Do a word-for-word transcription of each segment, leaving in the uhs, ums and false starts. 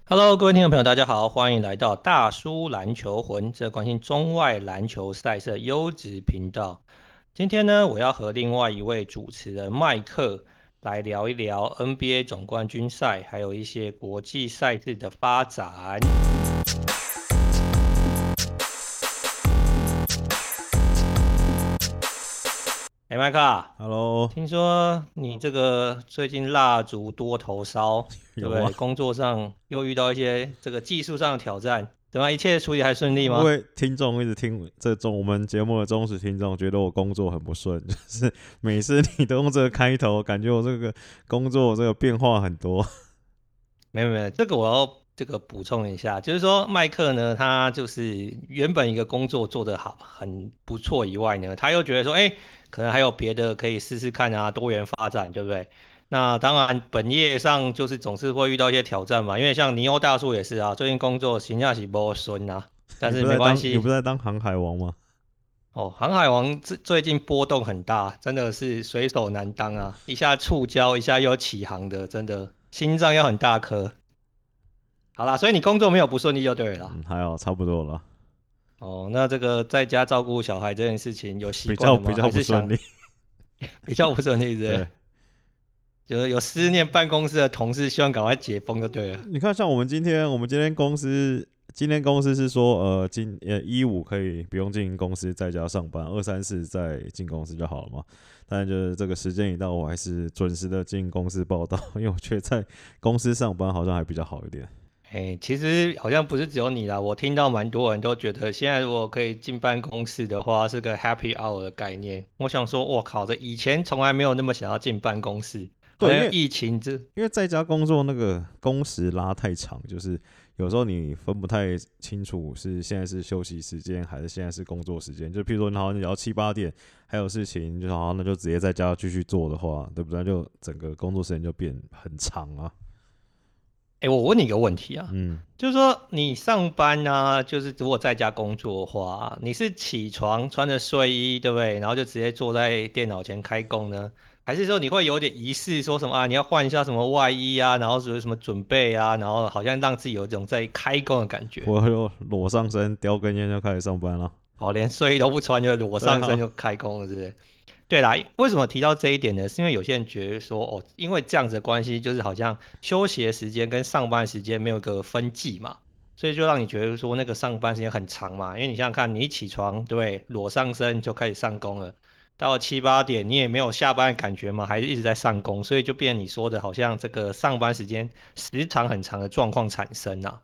Hello，各位听众朋友，大家好，欢迎来到大叔篮球魂，这关心中外篮球赛事的优质频道。今天呢，我要和另外一位主持人麦克来聊一聊 N B A 总冠军赛，还有一些国际赛事的发展。哎，麦克啊， Hello， 听说你这个最近蜡烛多头烧，对不对？ 有啊， 工作上又遇到一些这个技术上的挑战，怎么样一切处理还顺利吗？ 因为听众一直听这种我们节目的忠实听众，觉得我工作很不顺，就是每次你都用这个开头，感觉我这个工作这个变化很多。 没有没有，这个我要这个补充一下，就是说麦克呢，他就是原本一个工作做得好很不错以外呢，他又觉得说，哎，可能还有别的可以试试看啊，多元发展，对不对？那当然，本业上就是总是会遇到一些挑战嘛，因为像尼欧大叔也是啊，最近工作形象是不顺啊，但是没你不在当你不关系在当航海王吗？ 哦。航海王最最近波动很大，真的是水手难当啊，一下触礁，一下又起航的，真的心脏要很大颗。好啦，所以你工作没有不顺利就对了啦。 嗯，还好，差不多了， 哦，那这个在家照顾小孩这件事情有习比惯了吗？ 较比较还是想不顺利。 比较不顺利是不是？ 对， 就是有思念办公室的同事，希望赶快解封就对了。 你看，像我们今天，我们今天公司，今天公司是说，呃，今呃一五可以不用进公司，在家上班，二三四再进公司就好了嘛。但就是这个时间一到，我还是准时的进公司报道，因为我觉得在公司上班好像还比较好一点。 哎，其实好像不是只有你啦，我听到蛮多人都觉得，现在如果可以进办公室的话，是个 happy hour 的概念。我想说，我靠，这以前从来没有那么想要进办公室，好对，因为像疫情这因为在家工作那个工时拉太长，就是有时候你分不太清楚是现在是休息时间还是现在是工作时间。就譬如说，好，你要七八点还有事情，就好，那就直接在家继续做的话，对不对？就整个工作时间就变很长啊。 哎，我问你一个问题啊， 嗯， 就是说你上班呢、就是如果在家工作的话，你是起床穿着睡衣，对不对？然后就直接坐在电脑前开工呢，还是说你会有点仪式，说什么啊，你要换一下什么外衣啊，然后有什么准备啊，然后好像让自己有一种在开工的感觉， 我就裸上身，叼根烟就开始上班了。 哦，连睡衣都不穿就裸对啊， 上身就开工了，是不是？对啦，为什么提到这一点呢？是因为有些人觉得说，哦，因为这样子的关系，就是好像休息的时间跟上班时间没有个分际嘛，所以就让你觉得说那个上班时间很长嘛。因为你想想看，你一起床，对，裸上身就开始上工了，到了七八点你也没有下班的感觉嘛，还是一直在上工，所以就变成你说的好像这个上班时间时长很长的状况产生啊。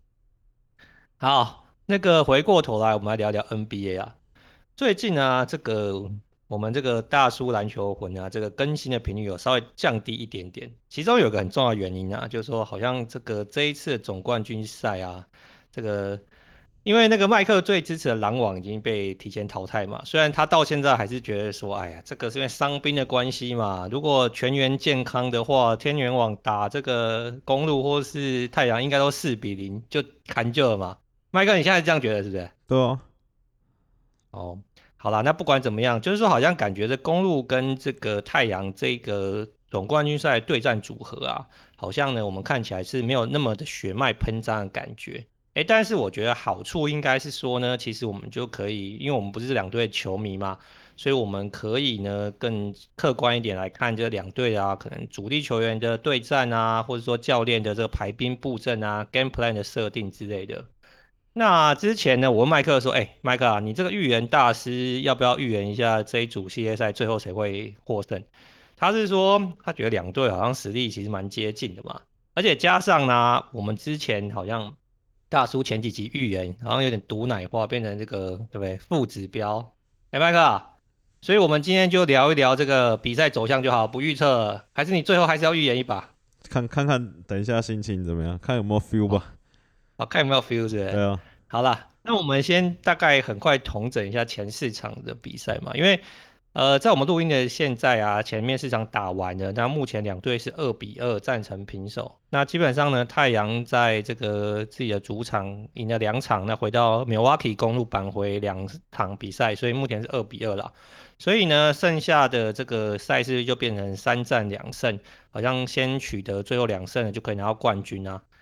好，那个回过头来，我们来聊聊 N B A 啊。最近啊，这个我们这个大叔篮球魂啊，这个更新的频率有稍微降低一点点。其中有个很重要的原因啊，就是说好像这个这一次的总冠军赛啊，这个因为那个麦克最支持的篮网已经被提前淘汰嘛，虽然他到现在还是觉得说，哎呀，这个是因为伤兵的关系嘛，如果全员健康的话，天元网打这个公路或是太阳应该都四比零就砍就了嘛。麦克，你现在这样觉得是不是？ 对啊， 哦，好啦，那不管怎么样，就是说好像感觉这公路跟这个太阳这个总冠军赛对战组合啊，好像呢我们看起来是没有那么的血脉喷张的感觉。诶，但是我觉得好处应该是说呢，其实我们就可以，因为我们不是两队的球迷嘛，所以我们可以呢更客观一点来看这两队啊，可能主力球员的对战啊，或者说教练的这个排兵布阵啊，game plan 的设定之类的。那之前呢，我问麦克说：“哎，麦克啊，你这个预言大师要不要预言一下这一组系列赛最后谁会获胜？”他是说他觉得两队好像实力其实蛮接近的嘛，而且加上呢，我们之前好像大叔前几集预言好像有点毒奶化，变成这个对不对负指标？哎，麦克啊，所以我们今天就聊一聊这个比赛走向就好，不预测，还是你最后还是要预言一把？ 看看看，等一下心情怎么样，看有没有 feel 哦， 吧。 好看有没有 feel 是不是？ 对啊， 好啦，那我们先大概很快统整一下前四场的比赛嘛，因为呃，在我们录音的现在啊，前面四场打完了，那目前两队是二比二战成平手。那基本上呢，太阳在这个自己的主场赢了两场，那回到 Milwaukee 公路扳回两场比赛，所以目前是二比二啦。所以呢，剩下的这个赛事就变成三战两胜，好像先取得最后两胜的就可以拿到冠军啊。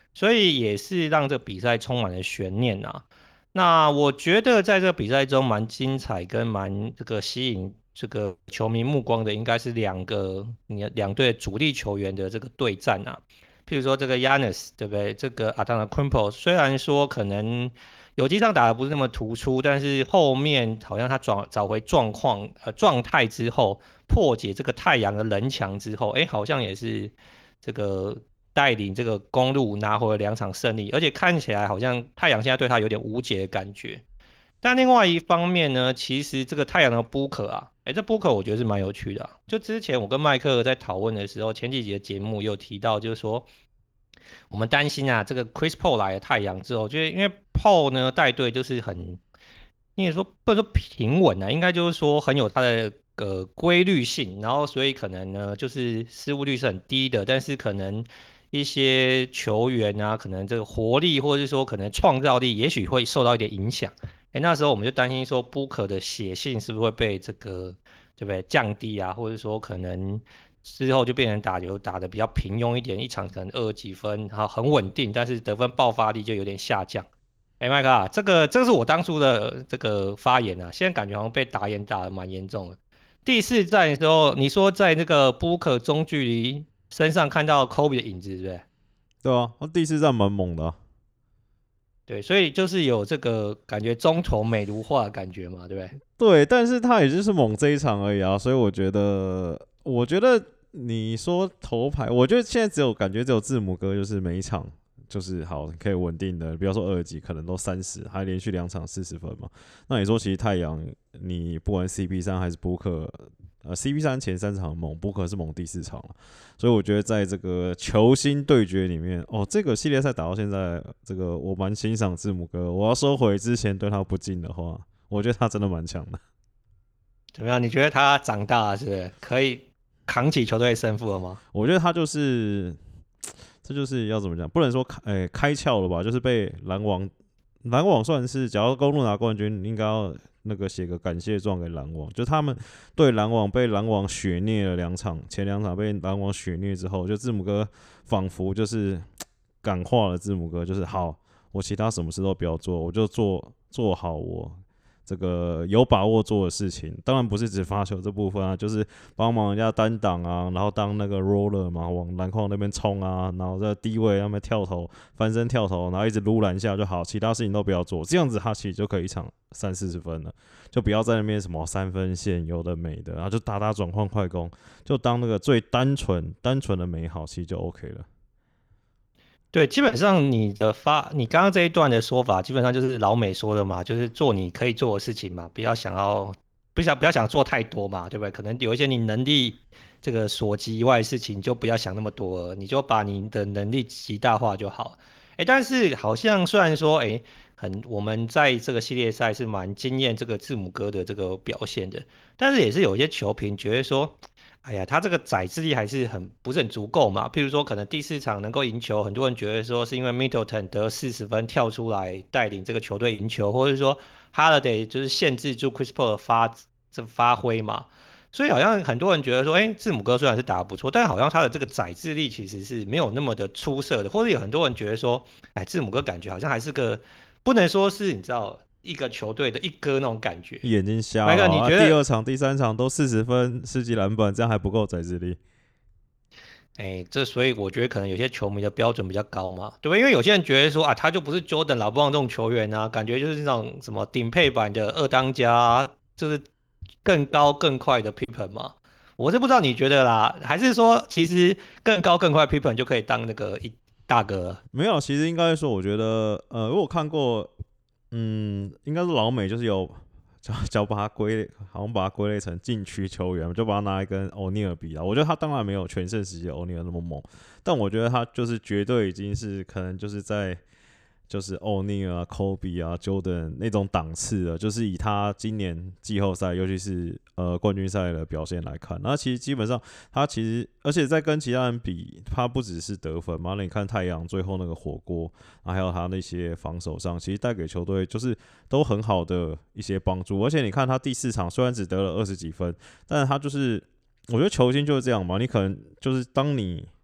所以也是让这个比赛充满了悬念啊。那我觉得在这个比赛中蛮精彩跟蛮这个吸引这个球迷目光的，应该是两个你两队主力球员的这个对战啊。譬如说这个 Yanis 对不对？这个 Antetokounmpo 虽然说可能有机上打的不是那么突出，但是后面好像他找找回状况呃状态之后，破解这个太阳的人墙之后，哎，好像也是这个带领这个公路拿回了两场胜利，而且看起来好像太阳现在对他有点无解的感觉。但另外一方面呢，其实这个太阳的 Booker 啊，哎，这 Booker 我觉得是蛮有趣的啊。就之前我跟麦克在讨论的时候，前几集的节目有提到，就是说我们担心啊，这个 Chris Paul 来了太阳之后，就是因为 Paul 呢带队就是很，你也说不能说平稳啊，应该就是说很有他的呃规律性，然后所以可能呢就是失误率是很低的，但是可能一些球员啊，可能这个活力或者是说可能创造力，也许会受到一点影响。哎，那时候我们就担心说，Booker 的血性是不是会被这个对不对降低啊，或者说可能之后就变成打球打得比较平庸一点，一场可能二十几分，然后很稳定，但是得分爆发力就有点下降。哎，麦克啊，这个这个是我当初的这个发言啊，现在感觉好像被打眼打得蛮严重的。第四战的时候，你说在那个 Booker 中距离身上看到 Kobe 的影子，对不对？ 对啊，他第四站蛮猛的啊。 对，所以就是有这个感觉中投美如画的感觉嘛，对不对？ 对，但是他也就是猛这一场而已啊，所以我觉得，我觉得你说头牌，我觉得现在只有感觉只有字母哥，就是每一场就是好可以稳定的，不要说二十几，可能都三十，还连续两场四十分嘛。那你说其实太阳，你不管 C P 三还是布克，呃 C P 三前三场猛，布克是猛第四场，所以我觉得在这个球星对决里面，哦，这个系列赛打到现在，这个我蛮欣赏字母哥。我要收回之前对他不敬的话。我觉得他真的蛮强的。 怎么样？你觉得他长大了是不是可以扛起球队胜负了吗？ 我觉得他就是，这就是要怎么讲，不能说开诶、欸、开窍了吧，就是被篮网，篮网算是，假如公路拿冠军，应该要那个写个感谢状给篮网，就他们对篮网被篮网血虐了两场，前两场被篮网血虐之后，就字母哥仿佛就是感化了字母哥，就是好，我其他什么事都不要做，我就做做好我这个有把握做的事情，当然不是指发球这部分啊，就是帮忙人家单挡啊，然后当那个 roller 嘛，往篮筐那边冲啊，然后在低位那边跳投、翻身跳投，然后一直撸篮下就好，其他事情都不要做，这样子他其实就可以一场三四十分了，就不要在那边什么三分线有的没的，然后就打打转换快攻，就当那个最单纯、单纯的美好，其实就 OK 了。 对，基本上你的发，你刚刚这一段的说法，基本上就是老美说的嘛，就是做你可以做的事情嘛，不要想要，不想不要想做太多嘛，对不对？可能有一些你能力这个所及以外的事情，就不要想那么多了，你就把你的能力极大化就好。哎，但是好像虽然说，哎，很我们在这个系列赛是蛮惊艳这个字母哥的这个表现的，但是也是有一些球评觉得说。哎呀，他这个载智力还是很不是很足够嘛。譬如说，可能第四场能够赢球，很多人觉得说是因为 Middleton 得四十分跳出来带领这个球队赢球，或者说 Holiday 就是限制住 Chris Paul 的发这发挥嘛。所以好像很多人觉得说，哎，字母哥虽然是打得不错，但好像他的这个载智力其实是没有那么的出色的，或者有很多人觉得说，哎，字母哥感觉好像还是个不能说是你知道一个球队的一哥那种感觉。 眼睛瞎麦克， 了啊！ 你觉得第二场、第三场都四十分、十几篮板，这样还不够载智力。 哎，这所以我觉得可能有些球迷的标准比较高嘛，对吧？因为有些人觉得说啊，他就不是 Jordan、老布朗这种球员啊，感觉就是那种什么顶配版的二当家啊，就是更高更快的 Pippen 嘛。我是不知道你觉得啦，还是说其实更高更快的 Pippen 就可以当那个一大哥了？ 没有，其实应该说，我觉得，呃，我有看过，嗯，应该是老美就是有，就就把它归，好像把它归类成禁区球员，就把它拿来跟欧尼尔比啊。我觉得他当然没有全盛时期的欧尼尔那么猛，但我觉得他就是绝对已经是可能就是在。就是欧尼尔啊、科比啊、Jordan 那种档次的，就是以他今年季后赛，尤其是呃冠军赛的表现来看，那其实基本上他其实，而且在跟其他人比，他不只是得分嘛，那你看太阳最后那个火锅，还有他那些防守上，其实带给球队就是都很好的一些帮助。而且你看他第四场虽然只得了二十几分，但是他就是我觉得球星就是这样嘛，你可能就是当你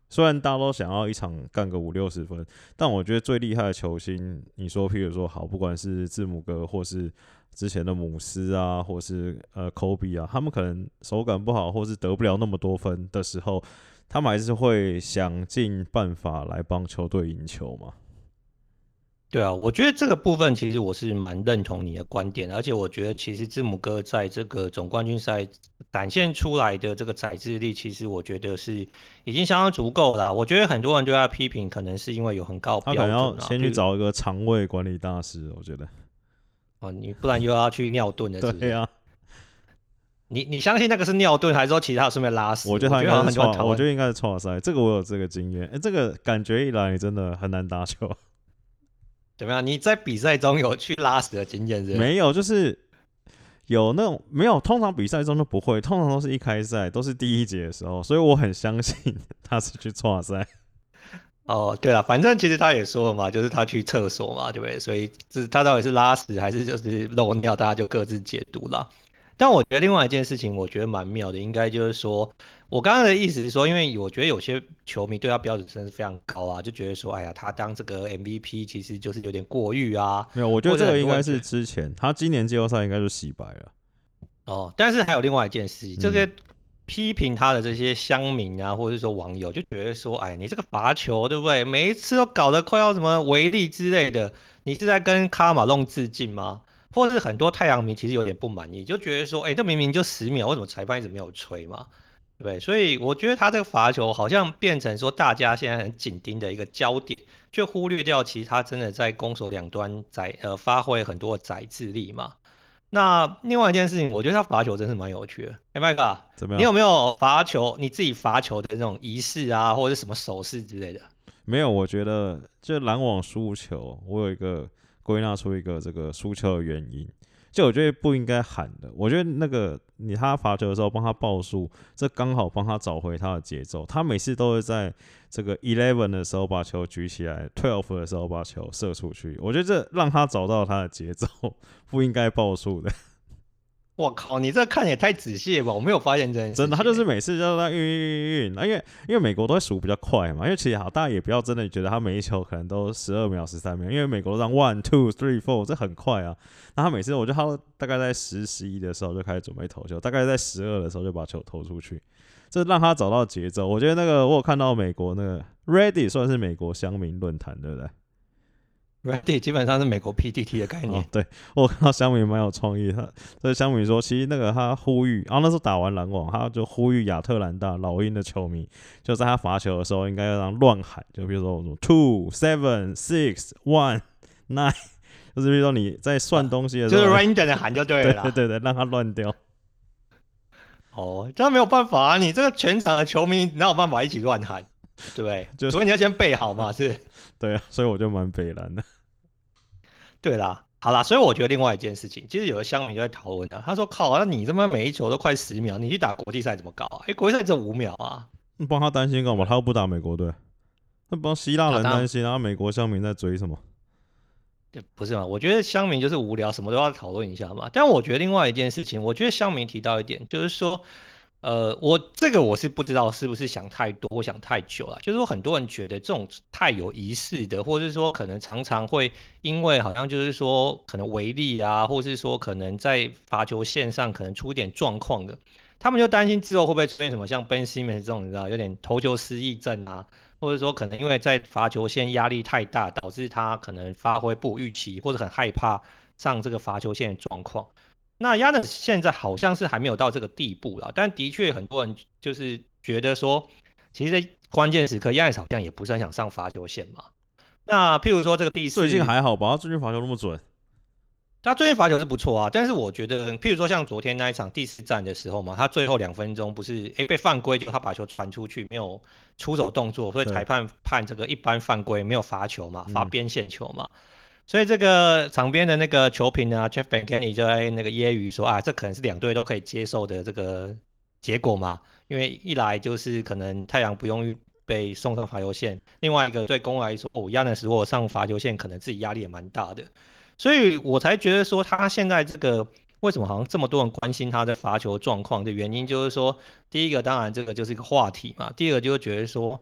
虽然大家都想要一场干个五六十分，但我觉得最厉害的球星，你说譬如说好，不管是字母哥或是之前的姆斯啊，或是呃科比啊，他们可能手感不好，或是得不了那么多分的时候，他们还是会想尽办法来帮球队赢球嘛。 对啊，我觉得这个部分其实我是蛮认同你的观点的，而且我觉得其实字母哥在这个总冠军赛展现出来的这个宰制力，其实我觉得是已经相当足够了啊。我觉得很多人对他批评，可能是因为有很高的他可能标准啊， 要先去比如找一个肠胃管理大师，我觉得。 哦，你不然又要去尿遁了，是不是？ 对啊， 你你相信那个是尿遁，还是说其他有顺便拉屎？ 我觉得他应我觉得好像很多人该是错， 讨论。 我觉得应该是错赛，这个我有这个经验。哎、欸，这个感觉一来，你真的很难打球。 怎么样？你在比赛中有去拉屎的经验是不是？ 没有，就是有那种没有，通常比赛中都不会，通常都是一开赛，都是第一节的时候，所以我很相信他是去错赛。 哦，对了，反正其实他也说了嘛，就是他去厕所嘛，对不对？所以是他到底是拉屎还是就是漏尿，大家就各自解读啦。但我觉得另外一件事情，我觉得蛮妙的，应该就是说，我刚刚的意思是说，因为我觉得有些球迷对他标准真的是非常高啊，就觉得说，哎呀，他当这个 M V P 其实就是有点过誉啊， 没有，我觉得或者这个应该是很多人觉得之前他今年季后赛应该就洗白了。 哦，但是还有另外一件事情，这嗯， 些批评他的这些乡民啊，或者是说网友，就觉得说，哎，你这个罚球，对不对？每一次都搞得快要什么违例之类的，你是在跟卡马龙致敬吗？或者是很多太阳迷其实有点不满意，就觉得说，哎，这明明就十秒，为什么裁判一直没有吹嘛？对不对？所以我觉得他这个罚球好像变成说大家现在很紧盯的一个焦点，却忽略掉其实他真的在攻守两端在呃发挥很多的宰制力嘛。那另外一件事情，我觉得他罚球真是蛮有趣的。哎，麦克， 怎么样？ 你有没有罚球你自己罚球的那种仪式啊，或者是什么手势之类的？ 没有，我觉得就篮网输球，我有一个归纳出一个这个输球的原因。就我觉得不应该喊的，我觉得那个你他罚球的时候帮他报数，这刚好帮他找回他的节奏。他每次都会在这个 eleven 的时候把球举起来，twelve 的时候把球射出去。我觉得这让他找到他的节奏，不应该报数的。 我靠，你这看也太仔细了吧！我没有发现这件真的，他事情、欸。 就是每次就在运运运运，因为因为美国都会数比较快嘛，因为其实好，大家也不要真的觉得他每一球可能都十二秒、十三秒，因为美国都让 one two three four，这很快啊。那他每次，我觉得他大概在十、十一的时候就开始准备投球，大概在十二的时候就把球投出去，这让他找到节奏。我觉得那个我有看到美国那个 Reddit 算是美国乡民论坛，对不对？ Reddit 基本上是美国 P T T 的概哦， 念。 对，我看到乡民蛮有创意的，所以乡民说，其实那个他呼吁，然、后那时候打完篮网，他就呼吁亚特兰大老鹰的球迷，就在他罚球的时候，应该要让乱喊，就比如说什么 two seven six one nine，就是比如说你在算东西的时候， 就是 random 的喊就对了啦。 对对对对，让他乱掉。 哦，这样没有办法啊，你这个全场的球迷哪有办法一起乱喊，对不对？ 就所以你要先备好嘛，是。 对啊，所以我就蛮北蓝的。 对啦，好啦，所以我觉得另外一件事情，其实有的乡民就在讨论啊，他说：“靠，那你他妈每一球都快十秒，你去打国际赛怎么搞啊？哎，国际赛只有五秒啊。” 你帮他担心干嘛？ 对， 他又不打美国队，他帮希腊啊，当然人担心，然后美国乡民在追什么？ 对不是嘛，我觉得乡民就是无聊，什么都要讨论一下嘛。但我觉得另外一件事情，我觉得乡民提到一点，就是说，呃，我这个我是不知道是不是想太多，想太久了。就是说，很多人觉得这种太有仪式的，或者是说可能常常会因为好像就是说可能违例啊，或是说可能在罚球线上可能出一点状况的，他们就担心之后会不会出现什么像 Ben Simmons 这种你知道有点投球失忆症啊，或者说可能因为在罚球线压力太大，导致他可能发挥不预期，或者很害怕上这个罚球线的状况。那亚的现在好像是还没有到这个地步啦，但的确很多人就是觉得说，其实在关键时刻亚的好像也不是很想上罚球线嘛。那譬如说这个第最近四， 还好吧？他最近罚球那么准。 他最近罚球是不错啊，但是我觉得，譬如说像昨天那一场第四战的时候嘛，他最后两分钟不是诶被犯规，就他把球传出去，没有出手动作，所以对， 裁判判这个一般犯规，没有罚球嘛，罚嗯， 边线球嘛。所以这个场边的那个球评呢，Jeff Van Gundy 就在那个揶揄说啊，这可能是两队都可以接受的这个结果嘛，因为一来就是可能太阳不用被送上罚球线，另外一个对公来说，哦，亚的时候上罚球线可能自己压力也蛮大的。所以我才觉得说他现在这个为什么好像这么多人关心他的罚球状况的原因，就是说，第一个当然这个就是一个话题嘛，第二个就是觉得说，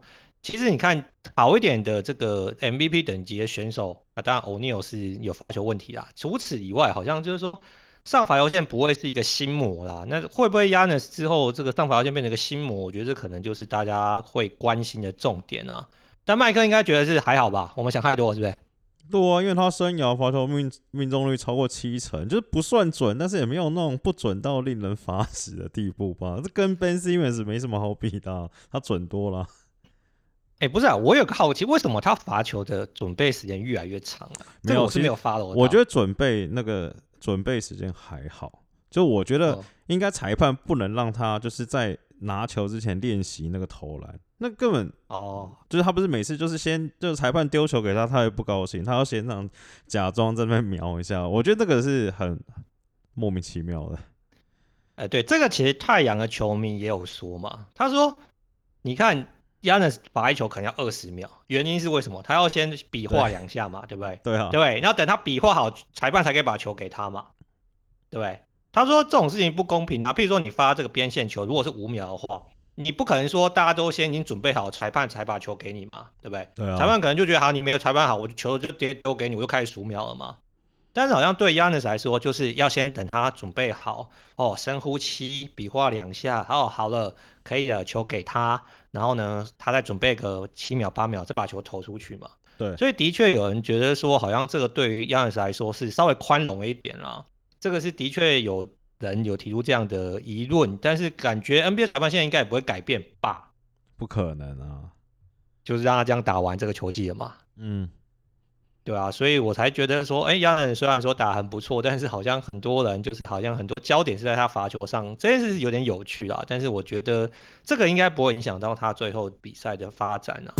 其实你看好一点的这个 M V P 等级的选手，啊，当然 O'Neal 是有罚球问题啦。除此以外，好像就是说上罚球线不会是一个心魔啦。那会不会 Giannis 之后这个上罚球线变成一个心魔？我觉得这可能就是大家会关心的重点啊。但麦克应该觉得是还好吧？我们想太多了，是不是？ 对啊，因为他生涯罚球命命中率超过七成，就是不算准，但是也没有那种不准到令人发指的地步吧？这跟 Ben Simmons 没什么好比的啊，他准多了。 哎，不是啊，我有个好奇，为什么他罚球的准备时间越来越长啊？ 没有，其实这个我是没有 follow 到。 我觉得准备那个准备时间还好，就我觉得哦应该裁判不能让他就是在拿球之前练习那个投篮，那根本哦， 就是他不是每次就是先就是裁判丢球给他，他会不高兴，他要先让假装在那边瞄一下，我觉得这个是很莫名其妙的。 哎，对，这个其实太阳的球迷也有说嘛，他说，你看 Giannis 罚一球可能要二十秒，原因是为什么？他要先比对划两下嘛，对不对？ 对啊， 对，然后等他比划好，裁判才可以把球给他嘛，对不对？他说这种事情不公平啊，譬如说你发这个边线球，如果是五秒的话，你不可能说大家都先已经准备好，裁判才把球给你嘛，对不对？ 对啊， 裁判可能就觉得好，你没有裁判好，我球就直接丢给你，我就开始数秒了嘛。但是好像对 Giannis 来说，就是要先等他准备好哦，深呼吸，比划两下，哦，好了，可以了，球给他，然后呢，他再准备个七秒八秒，再把球投出去嘛。 对。 所以的确有人觉得说，好像这个对于 Giannis 来说是稍微宽容一点啦。这个是的确有人有提出这样的疑论，但是感觉 N B A 裁判现在应该也不会改变吧？ 不可能啊， 就是让他这样打完这个球季了嘛。 嗯， 对啊，所以我才觉得说，哎，亚人虽然说打很不错，但是好像很多人就是好像很多焦点是在他罚球上，这件事有点有趣啦。但是我觉得这个应该不会影响到他最后比赛的发展啊。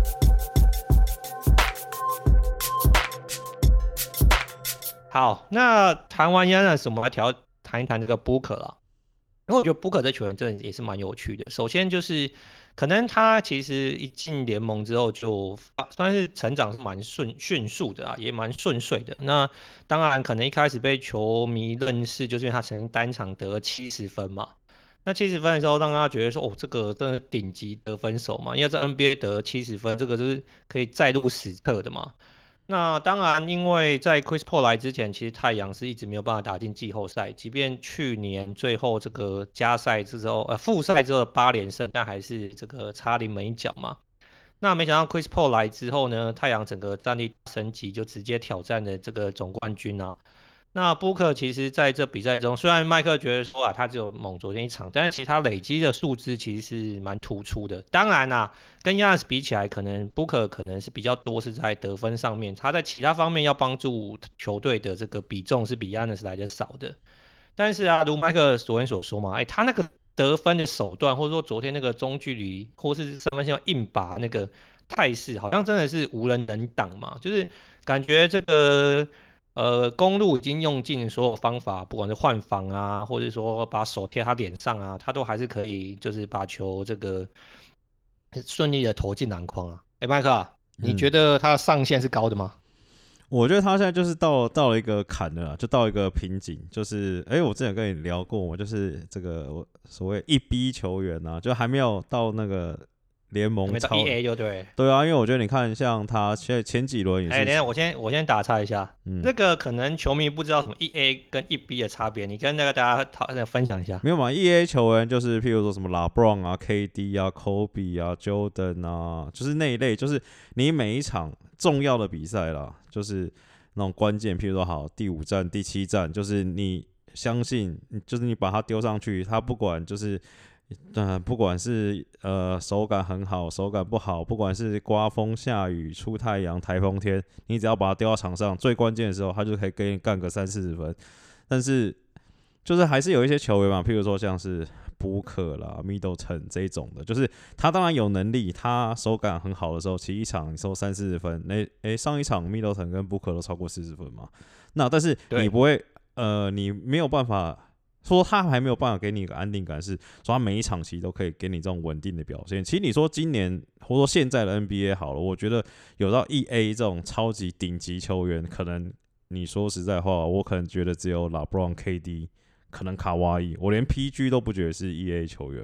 好，那谈完亚人，我们来调谈一谈这个 Booker 啦。因为我觉得 Booker 这球员真的也是蛮有趣的。首先就是可能他其实一进联盟之后就算是成长是蛮顺迅速的啊，也蛮顺遂的。那当然可能一开始被球迷认识，就是因为他曾经单场得七十分嘛。那七十分的时候，让他觉得说，哦，这个真的顶级得分手嘛，因为在 N B A 得七十分，这个就是可以载入史册的嘛。那当然，因为在 Chris Paul 来之前，其实太阳是一直没有办法打进季后赛，即便去年最后这个加赛之后，呃，复赛之后的八连胜，但还是这个差临门一脚嘛。那没想到 Chris Paul 来之后呢，太阳整个战力升级，就直接挑战了这个总冠军啊。那布克其实在这比赛中，虽然麦克觉得说啊，他只有猛昨天一场，但是其实他累积的数字其实是蛮突出的。当然啦、啊，跟亚 a 比起来，可能布克可能是比较多是在得分上面，他在其他方面要帮助球队的这个比重是比亚 a 来的少的。但是啊，如麦克昨天所说嘛，哎，他那个得分的手段，或者说昨天那个中距离或是三分线硬拔那个态势，好像真的是无人能挡嘛，就是感觉这个。呃，公路已经用尽所有方法，不管是换防啊，或者说把手贴他脸上啊，他都还是可以，就是把球这个顺利的投进篮筐啊。哎，麦克啊，你觉嗯， 得他的上限是高的吗？ 我觉得他现在就是到到了一个坎了啦，就到一个瓶颈，就是哎、欸我之前跟你聊过嘛，就是这个所谓一 B 球员啊，就还没有到那个联还没到盟超。 E A 就对。 对啊，因为我觉得你看，像他现在前几轮也哎， 是， 等一下，我先我先打岔一下， 嗯， 那个可能球迷不知道什么 E A 跟一 B 的差别，你跟那个大家讨那个分享一下。 没有嘛，E A 球员就是譬如说什么 LeBron 啊、K D 啊、Kobe 啊、Jordan 啊，就是那一类，就是你每一场重要的比赛啦，就是那种关键，譬如说好第五站、第七站，就是你相信，就是你把它丢上去，他不管就是。呃，不管是呃手感很好，手感不好，不管是刮风下雨、出太阳、台风天，你只要把它丢到场上，最关键的时候，他就可以给你干个三四十分。但是就是还是有一些球员嘛，譬如说像是布克啦、Middleton 这一种的，就是他当然有能力，他手感很好的时候，其实一场你收三四十分，那诶上一场 Middleton 跟布克都超过四十分嘛。那但是你不会，呃，你没有办法。说他还没有办法给你一个安定感，是说他每一场其实都可以给你这种稳定的表现。其实你说今年或者说现在的 N B A 好了，我觉得有到 E A 这种超级顶级球员，可能你说实在话，我可能觉得只有 LeBron、K D，可能卡哇伊，我连 P G 都不觉得是 E A 球员嘛。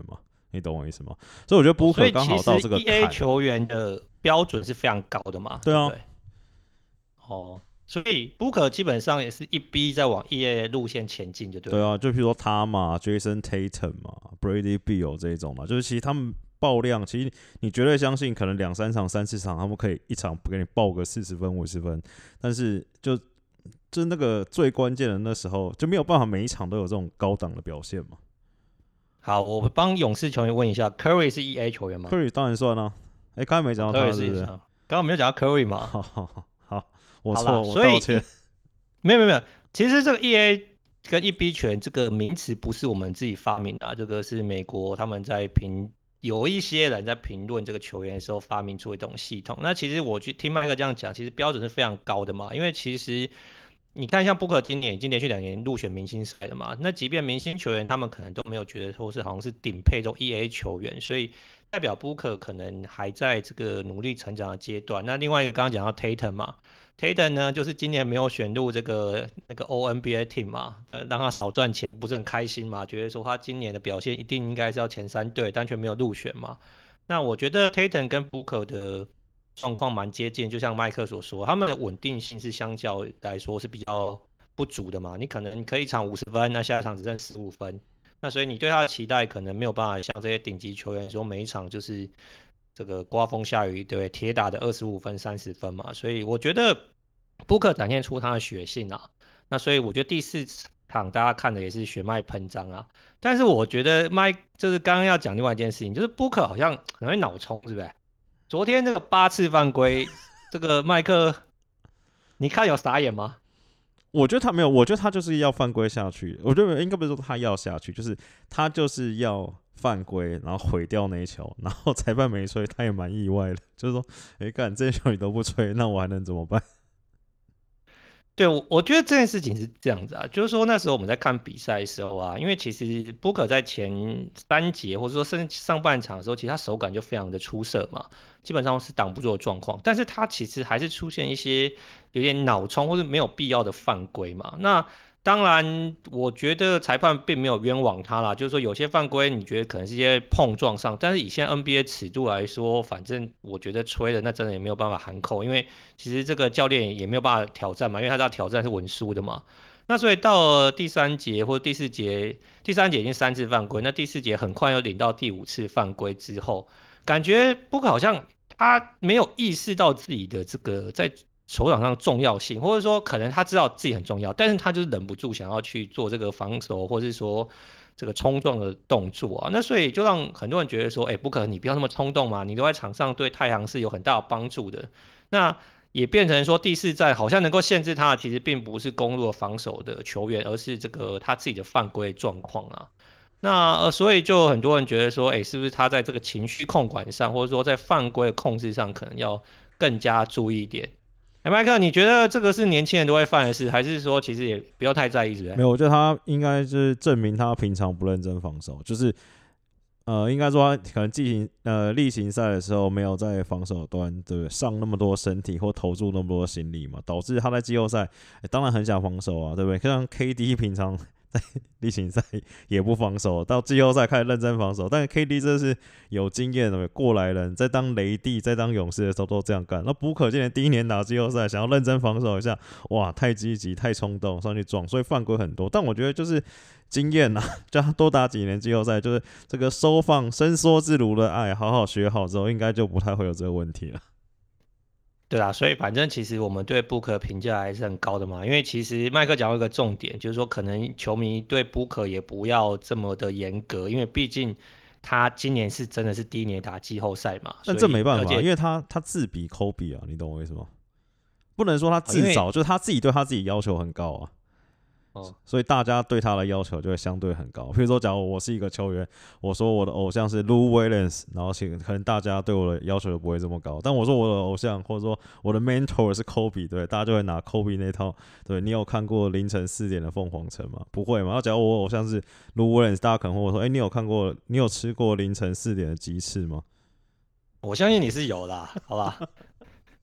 你懂我意思吗？所以我觉得 Booker 刚好到这个坎。所以其实 E A 坎。 球员的标准是非常高的嘛， 对啊， 对不对？哦，所以 Booker 基本上也是一逼在往 E A 路线前进，就对了。 对啊，就比如说他嘛，Jason Tatum 嘛，Brady Beal 这一种嘛，就是其实他们爆量，其实你绝对相信，可能两三场、三四场，他们可以一场不给你爆个四十分、五十分，但是就就那个最关键的那时候，就没有办法每一场都有这种高档的表现嘛。 好，我帮勇士球员问一下，Curry 是 E A 球员吗？ Curry 当然算啊，哎，刚才没讲到他， ？Curry 是， 是不是？ 刚刚没有讲到 Curry 嘛？ 好好好，好，我好啦， 错，我所以道歉。 没有没有没有，其实这个 E A 跟 E B 权这个名词不是我们自己发明的啊，这个是美国他们在评，有一些人在评论这个球员的时候发明出一种系统。那其实我去听麦克这样讲，其实标准是非常高的嘛，因为其实你看像布克今年已经连续两年入选明星赛了嘛，那即便明星球员他们可能都没有觉得说是好像是顶配这种 E A 球员，所以代表布克可能还在这个努力成长的阶段。那另外一个刚刚讲到 Tatum 嘛。Tatum 呢，就是今年没有选入这个那个 O N B A team 嘛，呃，让他少赚钱，不是很开心嘛？觉得说他今年的表现一定应该是要前三队，但却没有入选嘛。那我觉得 Tatum 跟 Booker 的状况蛮接近，就像麦克所说，他们的稳定性是相较来说是比较不足的嘛。你可能可以一场五十分，那下一场只剩十五分，那所以你对他的期待可能没有办法像这些顶级球员说每一场就是这个刮风下雨，对，铁打的二十五分、三十分嘛。所以我觉得布克展现出他的血性啊。那所以我觉得第四场大家看的也是血脉喷张啊。但是我觉得麦就是刚刚要讲另外一件事情，就是布克好像很会脑冲，是不是？昨天这个八次犯规，这个麦克你看有傻眼吗？ 我觉得他没有，我觉得他就是要犯规下去。我觉得应该不是说他要下去，就是他就是要犯规，然后毁掉那一球，然后裁判没吹，他也蛮意外的，就是说，哎，干这球你都不吹，那我还能怎么办？ 对，我我觉得这件事情是这样子啊，就是说那时候我们在看比赛的时候啊，因为其实布克在前三节或者说甚至上半场的时候，其实他手感就非常的出色嘛，基本上是挡不住的状况，但是他其实还是出现一些有点脑冲或者没有必要的犯规嘛。那当然，我觉得裁判并没有冤枉他啦，就是说有些犯规你觉得可能是一些碰撞上，但是以现在 N B A 尺度来说，反正我觉得吹的那真的也没有办法含扣，因为其实这个教练也没有办法挑战嘛，因为他要挑战是稳输的嘛。那所以到了第三节或第四节，第三节已经三次犯规，那第四节很快又领到第五次犯规之后，感觉布克好像他没有意识到自己的这个在球场上重要性，或者说可能他知道自己很重要，但是他就是忍不住想要去做这个防守，或是说这个冲撞的动作啊。那所以就让很多人觉得说，哎，不可能，你不要那么冲动嘛，你留在场上对太阳是有很大的帮助的。那也变成说第四战好像能够限制他的，其实并不是公路的防守的球员，而是这个他自己的犯规状况啊。那呃，所以就很多人觉得说，哎，是不是他在这个情绪控管上，或者说在犯规的控制上，可能要更加注意一点？哎，麦克，你觉得这个是年轻人都会犯的事，还是说其实也不要太在意，是不是？ 没有，我觉得他应该就是证明他平常不认真防守，就是呃，应该说他可能进行呃例行赛的时候没有在防守端对不对上那么多身体或投注那么多心力嘛，导致他在季后赛、欸、当然很想防守啊，对不对？像 K D 平常在例行赛也不防守，到季后赛开始认真防守，但是 K D 这是有经验的过来人，在当雷帝、在当勇士的时候都这样干。那布克今年第一年打季后赛，想要认真防守一下，哇，太积极、太冲动，上去撞，所以犯规很多。但我觉得就是经验呐、啊，叫他多打几年季后赛，就是这个收放伸缩自如的爱，好好学好之后，应该就不太会有这个问题了。 对啊，所以反正其实我们对布克评价还是很高的嘛，因为其实麦克讲到一个重点，就是说可能球迷对布克也不要这么的严格，因为毕竟他今年是真的是第一年打季后赛嘛， 但所这没办法， 以而且因为他他自比科比啊，你懂我意思吗？不能说他啊因为自找，就是他自己对他自己要求很高啊。 哦所以大家对他的要求就会相对很高。譬如说，假如我是一个球员，我说我的偶像是 Lou Williams，然后可能大家对我的要求就不会这么高。但我说我的偶像，或者说我的 mentor 是 Kobe， 对，大家就会拿 Kobe 那套。对，你有看过凌晨四点的凤凰城吗？不会嘛？然后假如我偶像是 Lou Williams，大家可能会问我说，哎、欸，你有看过，你有吃过凌晨四点的鸡翅吗？ 我相信你是有啦，好吧？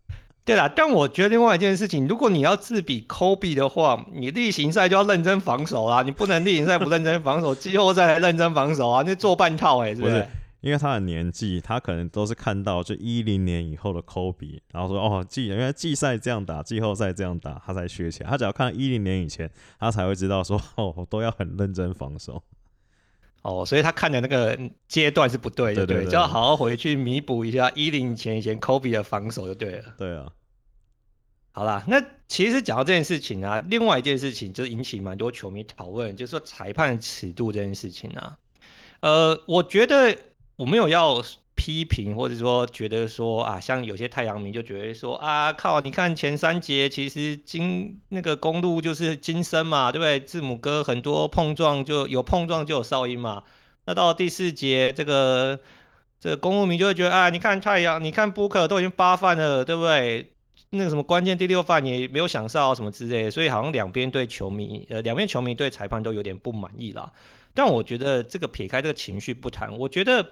对啦，但我觉得另外一件事情，如果你要自比 Kobe 的话，你例行赛就要认真防守啦，你不能例行赛不认真防守，季后赛还认真防守啊，那做半套哎、欸，是不不是， 是？ 因为他的年纪，他可能都是看到就一零年以后的 Kobe，然后说哦季原来季赛这样打，季后赛这样打，他才学起来。他只要看一零年以前，他才会知道说哦都要很认真防守。 哦，所以他看的那个阶段是不对，就对，就要对对对好好回去弥补一下一零前以前 Kobe 的防守就对了。 对啊， 好啦，那其实讲到这件事情啊，另外一件事情就是引起蛮多球迷讨论，就是说裁判尺度这件事情啊。呃，我觉得我没有要批评，或者说觉得说啊，像有些太阳迷就觉得说啊，靠，你看前三节其实金那个公路就是金身嘛，对不对？字母哥很多碰撞就有碰撞就有哨音嘛。那到了第四节，这个这个公路迷就会觉得啊，你看太阳，你看布克都已经八犯了，对不对？那个什么关键第六犯也没有想哨什么之类的，所以好像两边对球迷，呃，两边球迷对裁判都有点不满意啦。但我觉得这个撇开这个情绪不谈，我觉得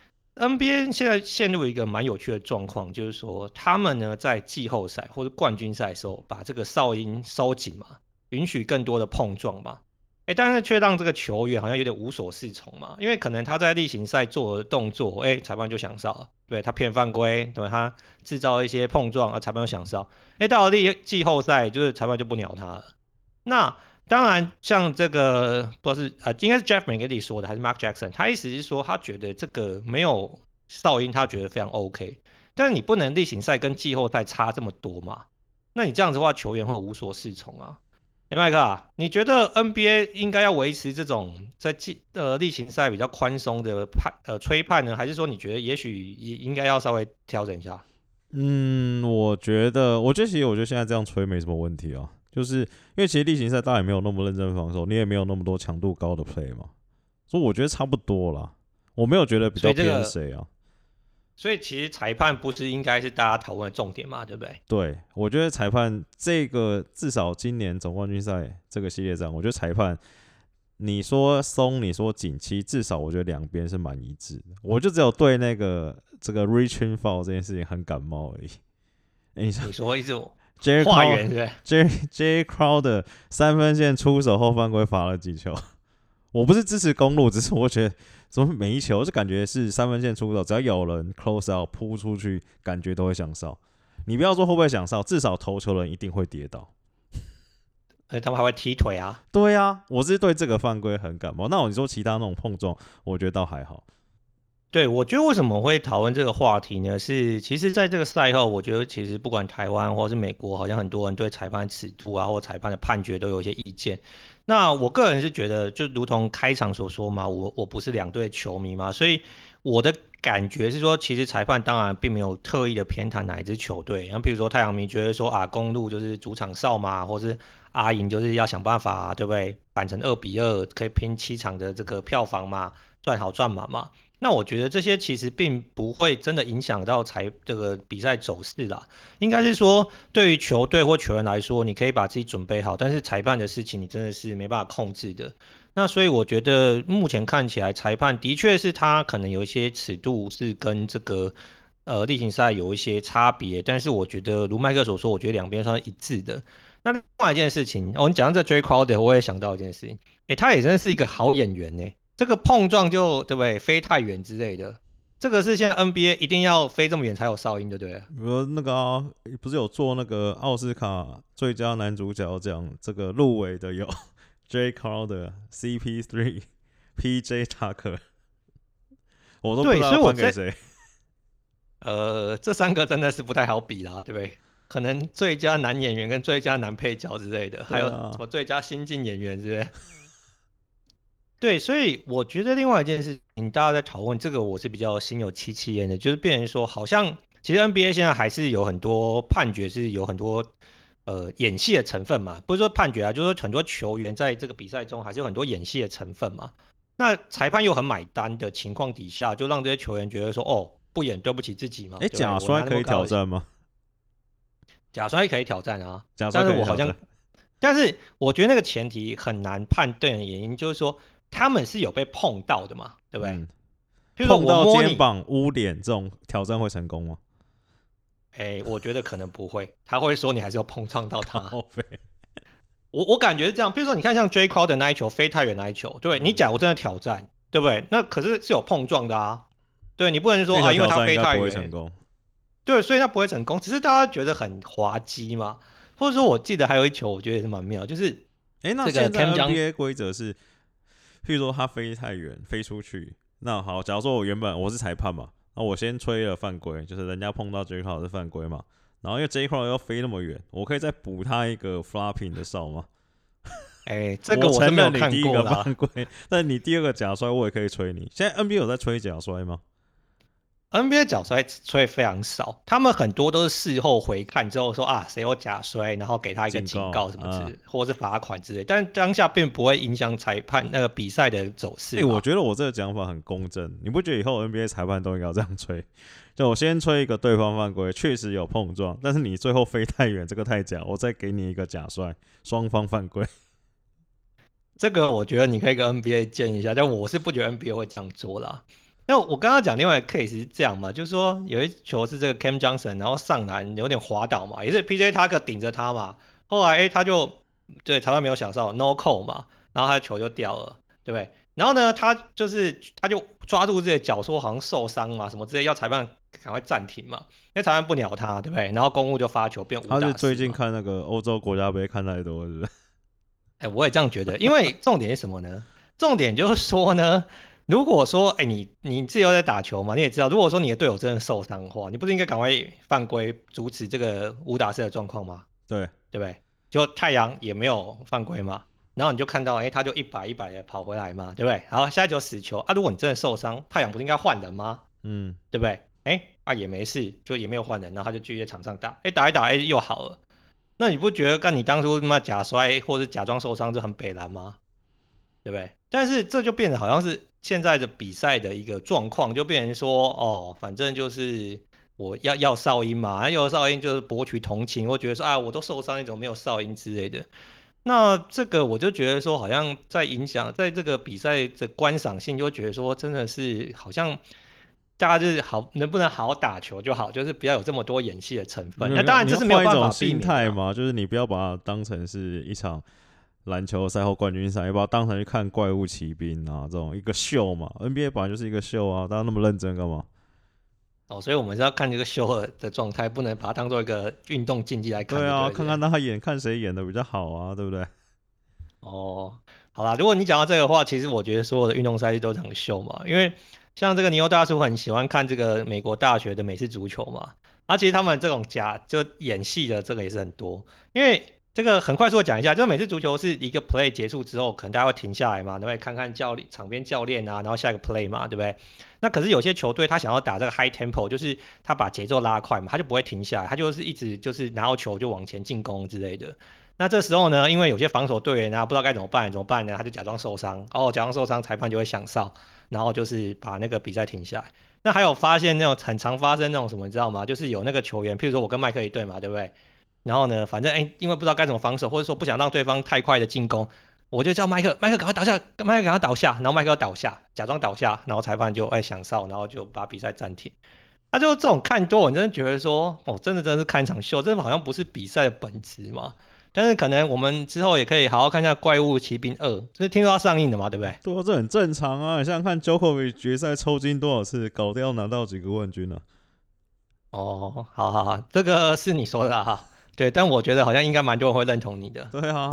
N B A 现在陷入一个蛮有趣的状况，就是说他们呢在季后赛或者冠军赛的时候，把这个哨音收紧嘛，允许更多的碰撞嘛。哎，但是却让这个球员好像有点无所适从嘛，因为可能他在例行赛做的动作，哎，裁判就想哨了，对他骗犯规，对他制造一些碰撞，啊，裁判就想哨，哎，到了季季后赛，就是裁判就不鸟他了。那当然，像这个不知道是呃，应该是 Jeff McGiddy 说的，还是 Mark Jackson，他意思是说，他觉得这个没有哨音，他觉得非常 OK。但是你不能例行赛跟季后赛差这么多嘛？那你这样子的话，球员会无所适从啊。哎，麦克啊，你觉得 N B A 应该要维持这种在季呃例行赛比较宽松的判呃吹判呢，还是说你觉得也许也应该要稍微调整一下？ 嗯，我觉得，我觉得其实我觉得现在这样吹没什么问题啊，就是因为其实例行赛大家也没有那么认真防守，你也没有那么多强度高的 play 嘛，所以我觉得差不多啦。我没有觉得比较所以这个， 偏谁啊。 所以其实裁判不是应该是大家讨论的重点嘛，对不对？ 对，我觉得裁判这个至少今年总冠军赛这个系列战，我觉得裁判你说松，你说紧，其实至少我觉得两边是蛮一致的。我就只有对那个这个 reaching foul 这件事情很感冒而已。欸、你说你说一直 J 化 Crow 缘是不是？ J J Crow 的三分线出手后犯规罚了几球？我不是支持公路，只是我觉得怎么每一球就感觉是三分线出手，只要有人 close out 扑出去，感觉都会想哨。你不要说会不会想哨，至少投球人一定会跌倒。 呃，他们还会踢腿啊。 对啊，我是对这个犯规很感冒。那我你说其他那种碰撞，我觉得倒还好。 对，我觉得为什么会讨论这个话题呢？是其实在这个赛后，我觉得其实不管台湾或是美国，好像很多人对裁判尺度啊或裁判的判决都有一些意见。那我个人是觉得，就如同开场所说嘛，我我不是两队球迷嘛，所以我的感觉是说，其实裁判当然并没有特意的偏袒哪一支球队。然后比如说太阳迷觉得说啊，公路就是主场哨嘛，或是阿银就是要想办法啊，对不对？扳成二比二，可以拼七场的这个票房嘛，赚好赚满嘛。那我觉得这些其实并不会真的影响到裁这个比赛走势啦，应该是说对于球队或球员来说，你可以把自己准备好，但是裁判的事情你真的是没办法控制的。那所以我觉得目前看起来，裁判的确是他可能有一些尺度是跟这个呃例行赛有一些差别，但是我觉得如麦克所说，我觉得两边算是一致的。那另外一件事情，哦，你讲到这 J Crowder，我也想到一件事情，诶，他也真的是一个好演员呢。这个碰撞就对不对？飞太远之类的，这个是现在 N B A 一定要飞这么远才有哨音，对不对了？ 比如那个、啊、不是有做那个奥斯卡最佳男主角奖，这个入围的有 J Crowder、C P 三、P J Tucker， 我都不知对， 道所以我在要颁给谁。 呃这三个真的是不太好比啦，对不对？可能最佳男演员跟最佳男配角之类的，还有什对啊， 么最佳新晋演员之类的。对，所以我觉得另外一件事情，大家在讨论这个，我是比较心有戚戚焉的，就是变成说，好像其实 N B A 现在还是有很多判决是有很多呃演戏的成分嘛，不是说判决啊，就是说很多球员在这个比赛中还是有很多演戏的成分嘛。那裁判又很买单的情况底下，就让这些球员觉得说，哦，不演对不起自己嘛， 哎、 对不对？ 假我拿摔可以那么高的挑战吗？ 假摔可以挑战啊， 假摔但是我好像可以挑战。 但是我觉得那个前提很难判断的原因，就是说他们是有被碰到的嘛，对不对？ 嗯， 譬如说我碰到摸你， 肩膀、捂脸这种挑战会成功吗？ 哎，我觉得可能不会，他会说你还是要碰撞到他。 靠背， 我我感觉是这样，比如说你看像 J Crowder 的那一球飞太远那一球，对你嗯， 假如真的挑战，对不对？那可是是有碰撞的啊，对你不能说啊， 那条因为他飞挑战应该不会成太远， 功。 对，所以他不会成功。只是大家觉得很滑稽嘛，或者说我记得还有一球，我觉得也是蛮妙，就是哎、那这个现在 Cam Johnson， N B A 规则是，譬如说他飞太远，飞出去，那好，假如说我原本我是裁判嘛，那我先吹了犯规，就是人家碰到 J Crowder 是犯规嘛，然后因为 J Crowder 要飞那么远，我可以再补他一个 flopping 的哨吗？ 哎，这个我我是没有承认你第一个看过啦。 犯规，但你第二个假摔我也可以吹你。现在 N B A 有在吹假摔吗？ N B A 假摔吹非常少，他们很多都是事后回看之后说啊谁有假摔，然后给他一个警警告啊， 告什么之类，或者是罚款之类，但当下并不会影响裁判那个比赛的走哎、我势嘛。 觉得我这个讲法很公正，你不觉得以后 N B A 裁判都应该要这样吹？就我先吹一个对方犯规，确实有碰撞，但是你最后飞太远，这个太假，我再给你一个假摔，双方犯规。 这个我觉得你可以跟 N B A 建议一下，但我是不觉得 N B A 会这样做啦。那我刚刚讲另外一个 case 是这样嘛，就是说有一球是这个 Cam Johnson，然后上篮有点滑倒嘛，也是 P J Tucker 顶着他嘛，后来哎他就对裁判没有响哨 no call 嘛，然后他的球就掉了，对不对？然后呢，他就是他就抓住自己的脚说好像受伤嘛什么之类，要裁判赶快暂停嘛，因为裁判不鸟他，对不对？然后公务就发球变五他是打四嘛。 最近看那个欧洲国家杯看太多了，是不是？ 哎，我也这样觉得，因为重点是什么呢？重点就是说呢，如果说，哎，你你自己又在打球嘛，你也知道，如果说你的队友真的受伤的话，你不是应该赶快犯规阻止这个武打式的状况吗？ 对， 对不对？就太阳也没有犯规嘛，然后你就看到，哎，他就一百一百的跑回来嘛，对不对？然后下一球死球啊，如果你真的受伤，太阳不是应该换人吗？ 嗯， 对不对？哎，啊也没事，就也没有换人，然后他就继续在场上打，哎打一打，哎又好了。那你不觉得干你当初他妈假摔或者假装受伤就很北蓝吗？对不对？但是这就变得好像是现在的比赛的一个状况，就变成说，哦，反正就是我要要哨音嘛，要哨音就是博取同情，或觉得说啊，我都受伤，你怎么没有哨音之类的。那这个我就觉得说，好像在影响在这个比赛的观赏性，就觉得说真的是好像大家就是好能不能好好打球就好，就是不要有这么多演戏的成分。那当然你要这是没有换一办法避种心免的啦。 态嘛，就是你不要把它当成是一场篮球赛或冠军赛，要把它当成去看怪物骑兵啊这种一个秀嘛。N B A 本来就是一个秀啊，大家那么认真干嘛？ 哦，所以我们是要看这个秀的状态，不能把它当做一个运动竞技来看， 对啊， 就对了，对不对？ 看看他演，看谁演的比较好啊，对不对？ 哦，好啦，如果你讲到这个的话，其实我觉得所有的运动赛事都是很秀嘛，因为像这个尼欧大叔很喜欢看这个美国大学的美式足球嘛，啊，其实他们这种假就演戏的这个也是很多，因为这个很快速的讲一下，就美式足球是一个 play 结束之后，可能大家会停下来嘛，对不对？看看教练场边教练啊，然后下一个 play 嘛，对不对？那可是有些球队他想要打这个 high tempo，就是他把节奏拉快嘛，他就不会停下来，他就是一直就是拿到球就往前进攻之类的。那这时候呢，因为有些防守队员啊不知道该怎么办，怎么办呢？他就假装受伤，哦，假装受伤，裁判就会响哨，然后就是把那个比赛停下来。那还有发现那种很常发生那种什么，你知道吗？就是有那个球员，譬如说我跟麦克一队嘛，对不对？然后呢，反正哎，因为不知道该怎么防守，或者说不想让对方太快的进攻，我就叫麦克，麦克赶快倒下，麦克赶快倒下，然后麦克倒下，假装倒下，然后裁判就哎响哨，然后就把比赛暂停。他就这种看多，我真的觉得说，哦，真的真的是看一场秀，这好像不是比赛的本质嘛。但是可能我们之后也可以好好看一下《怪物骑兵二》，就是听说要上映的嘛，对不对？ 对啊，这很正常啊。你想想看，Djokovic 决赛抽筋多少次，搞掉拿到几个冠军啊？ 哦，好好好，这个是你说的哈。对，但我觉得好像应该蛮多人会认同你的。 对啊，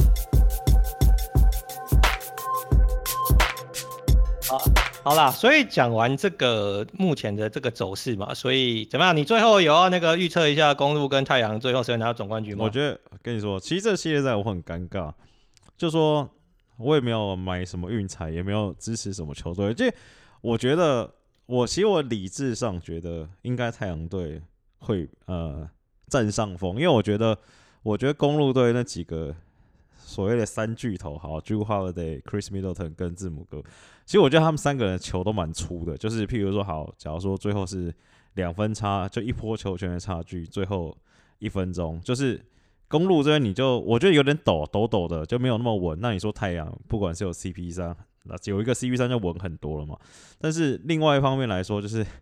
好，好啦，所以讲完这个目前的这个走势嘛，所以怎么样？你最后有要那个预测一下公路跟太阳最后谁会拿到总冠军吗？ 我觉得跟你说，其实这系列赛我很尴尬，就说我也没有买什么运彩，也没有支持什么球队，就我觉得我其实我理智上觉得应该太阳队会呃占上风，因为我觉得我觉得公路队那几个所谓的三巨头，好 Drew Holiday、Chris Middleton 跟字母哥，其实我觉得他们三个人球都蛮粗的，就是譬如说好，假如说最后是两分差，就一波球权的差距，最后一分钟，就是公路这边你就我觉得有点抖抖抖的，就没有那么稳。那你说太阳不管是有 C P 三，有一个 C P 三就稳很多了嘛。但是另外一方面来说，就是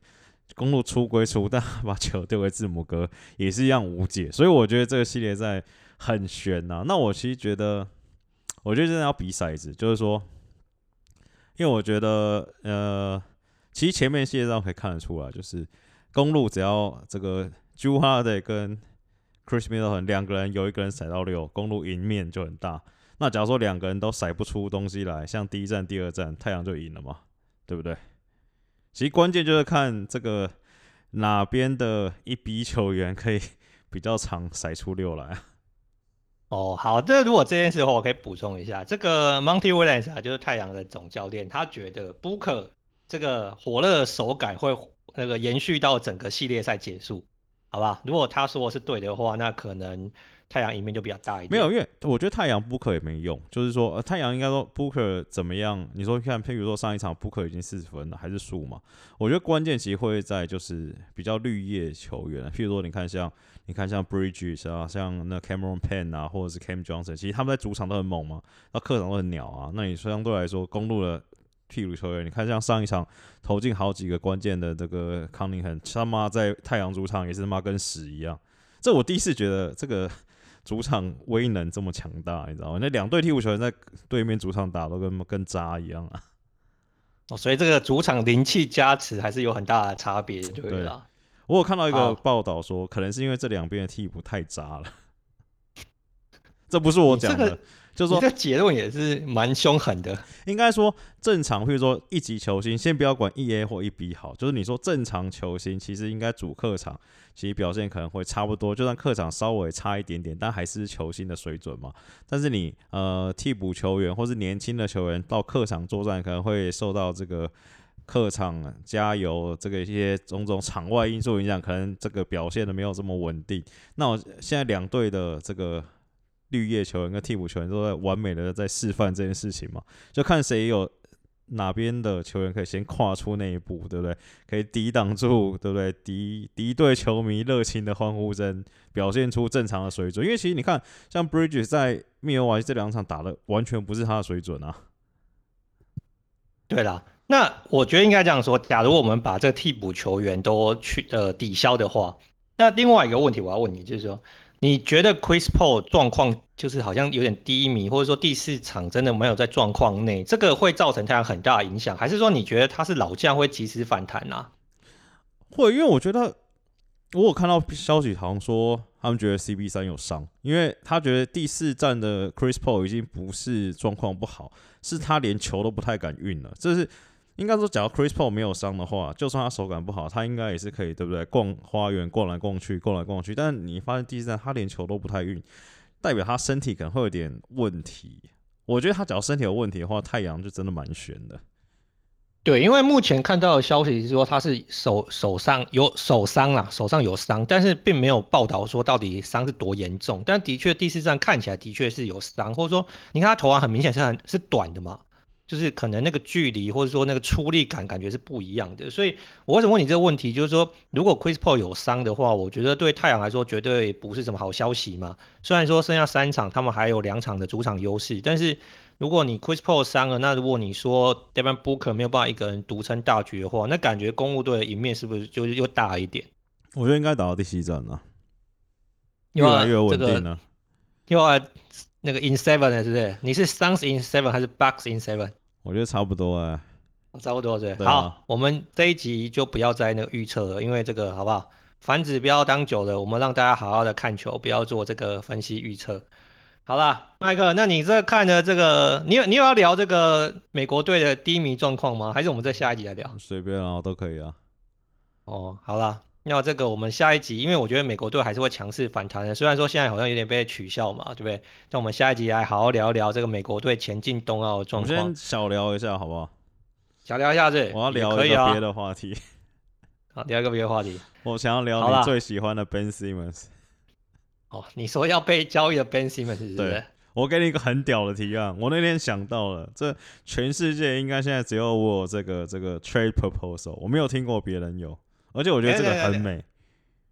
公路出归出，但把球丢给字母哥也是一样无解。所以我觉得这个系列赛很悬呐、啊。那我其实觉得，我觉得真的要比骰子，就是说，因为我觉得呃，其实前面系列上可以看得出来，就是公路只要这个 Jrue Holiday 跟 Chris Middleton 两个人有一个人骰到六，公路赢面就很大。那假如说两个人都骰不出东西来，像第一战、第二战，太阳就赢了嘛，对不对？其实关键就是看这个哪边的一逼球员可以比较长骰出六来啊。 哦，好，这如果这件事的话，我可以补充一下，这个 Monty Williams 啊，就是太阳的总教练，他觉得 Booker 这个火热的手感会那个延续到整个系列赛结束，好吧？如果他说的是对的话，那可能太阳赢面就比较大一点。 没有，因为我觉得太阳 Booker 也没用，就是说、呃、太阳应该说 Booker 怎么样？你说看，譬如说上一场 Booker 已经四十分了，还是输嘛？我觉得关键其实会在就是比较绿叶球员，譬如说你看像你看像 Bridges 啊，像那 Cameron Payne 啊，或者是 Cam Johnson， 其实他们在主场都很猛嘛，那客场都很鸟啊。那你相对来说公路的替补球员，你看像上一场投进好几个关键的这个康宁很，他妈在太阳主场也是他妈跟屎一样。这我第一次觉得这个。主场威能这么强大，你知道吗？那两队替补球员在对面主场打都跟跟渣一样啊！ 哦，所以这个主场灵气加持还是有很大的差别，对了啦。 我有看到一个报道说，可能是因为这两边的替补太渣了，这不是我讲的。 这个就是说，你这结论也是蛮凶狠的。 应该说正常，譬如说一级球星，先不要管一 A 或一 B 好，就是你说正常球星，其实应该主客场其实表现可能会差不多，就算客场稍微差一点点，但还是球星的水准嘛。但是你呃替补球员或是年轻的球员到客场作战，可能会受到这个客场加油这个一些种种场外因素影响，可能这个表现的没有这么稳定。那我现在两队的这个绿叶球员跟替补球员都在完美的在示范这件事情嘛，就看谁有哪边的球员可以先跨出那一步，对不对？可以抵挡住，对不对？敌敌对球迷热情的欢呼声，表现出正常的水准。因为其实你看，像 Bridges 在密尔瓦基这两场打的完全不是他的水准啊。 对啦，那我觉得应该这样说：假如我们把这个替补球员都去呃抵消的话，那另外一个问题我要问你，就是说。你觉得 Chris Paul 状况就是好像有点低迷，或者说第四场真的没有在状况内，这个会造成太阳很大的影响，还是说你觉得他是老将会及时反弹啊？ 会，因为我觉得我有看到消息，好像说他们觉得 C B 三有伤，因为他觉得第四站的 Chris Paul 已经不是状况不好，是他连球都不太敢运了，这是。应该说，假如 Chris Paul 没有伤的话，就算他手感不好，他应该也是可以，对不对？逛花园，逛来逛去，逛来逛去。但你发现第四站他连球都不太运，代表他身体可能会有点问题。我觉得他只要身体有问题的话，太阳就真的蛮悬的。 对，因为目前看到的消息是说他是手手上有手伤啦，手上有伤，但是并没有报道说到底伤是多严重。但的确第四站看起来的确是有伤，或者说你看他投篮很明显是很是短的嘛。就是可能那个距离或者说那个出力感感觉是不一样的，所以我为什么问你这个问题，就是说如果 Chris Paul 有伤的话，我觉得对太阳来说绝对不是什么好消息嘛。虽然说剩下三场，他们还有两场的主场优势，但是如果你 Chris Paul 伤了，那如果你说 Devin Booker 没有办法一个人独撑大局的话，那感觉公鹿队的赢面是不是就又大一点？ 我觉得应该打到第七战了，越来越稳定了。 又要那个 in seven 了，是不是？你是 Suns in seven 还是 Bucks in seven？ 我觉得差不多哎、 欸，差不多对。 对啊、 好，我们这一集就不要再那个预测了，因为这个好不好？反指标当久了，我们让大家好好的看球，不要做这个分析预测。好啦，麦克，那你这看的这个，你有你有要聊这个美国队的低迷状况吗？还是我们在下一集来聊？ 随便啊，都可以啊。 哦，好啦，那这个我们下一集，因为我觉得美国队还是会强势反弹的，虽然说现在好像有点被取笑嘛，对不对？那我们下一集来好好聊一聊这个美国队前进冬奥的状况。 我们先小聊一下好不好？ 小聊一下子， 我要聊一个别的话题。 好，聊一个别的话题。 我想要聊你最喜欢的 Ben Simmons。 哦，你说要被交易的 Ben Simmons 是不是？ 对，我给你一个很屌的提案。我那天想到了，这全世界应该现在只有我有这个这个 trade proposal， 我没有听过别人有，而且我觉得这个很美。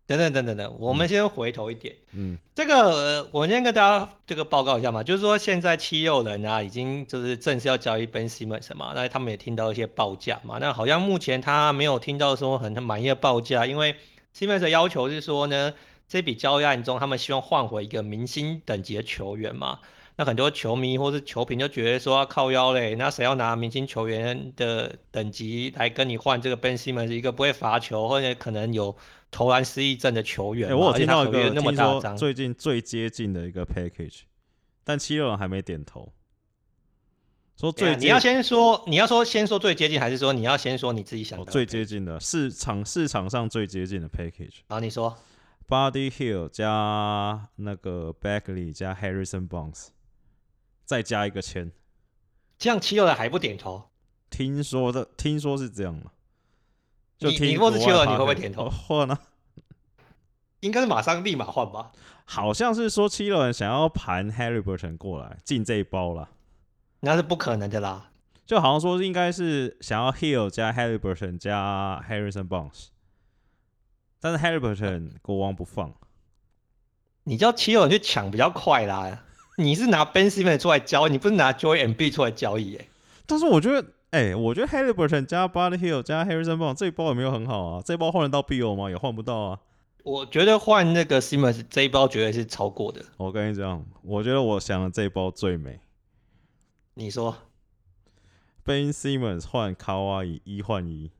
等等等等等，我们嗯先回头一点。 嗯， 这个，呃我先跟大家这个报告一下嘛，就是说现在七六人啊，已经就是正式要交易 Ben Simmons 嘛，那他们也听到一些报价嘛，那好像目前他没有听到说很很满意的报价，因为 Simmons 的要求是说呢，这笔交易案中他们希望换回一个明星等级的球员嘛，那很多球迷或是球评就觉得说要靠腰嘞，那谁要拿明星球员的等级来跟你换这个 Ben Simmons 一个不会罚球或者可能有投篮失忆症的球哎、 员嘛， 我有而且他听到一个， 合约那么听说大张。 最近最接近的一个 package，但七六人还没点头，说对啊，你要最接先说，你要说先说最接近，还是说你要先说你自己想哦到的最接 page？ 近的市场市场上最接近的 package。 然后你说， Buddy Hill 加那个 Bagley 加 Harrison Barnes，再加一个签。 这样七六人还不点头， 听说的，听说是这样嘛？就你你听国外如果是七六人，你会不会 podcast 点头？ 哦换啊， 应该是马上立马换吧？ 好像是说七六人想要盘 Halliburton 过来进这一包啦， 那是不可能的啦。 就好像说应该是想要 Hill 加 Halliburton 加 Harrison Barnes，但是 Halliburton 国王不放。 你叫七六人去抢比较快啦。你是拿 Ben Simmons 出来交易，你不是拿 Joel Embiid 出来交易耶、 但是我觉得，哎、欸，我觉得 Halliburton 加 Buddy Hill 加 Harrison Barnes 这一包也没有很好啊，这一包换得到 B O 吗？也换不到啊。 我觉得换那个 Simmons 这一包绝对是超过的。 我跟你讲，我觉得我想的这一包最美。 你说 Ben Simmons 换卡哇伊一换一，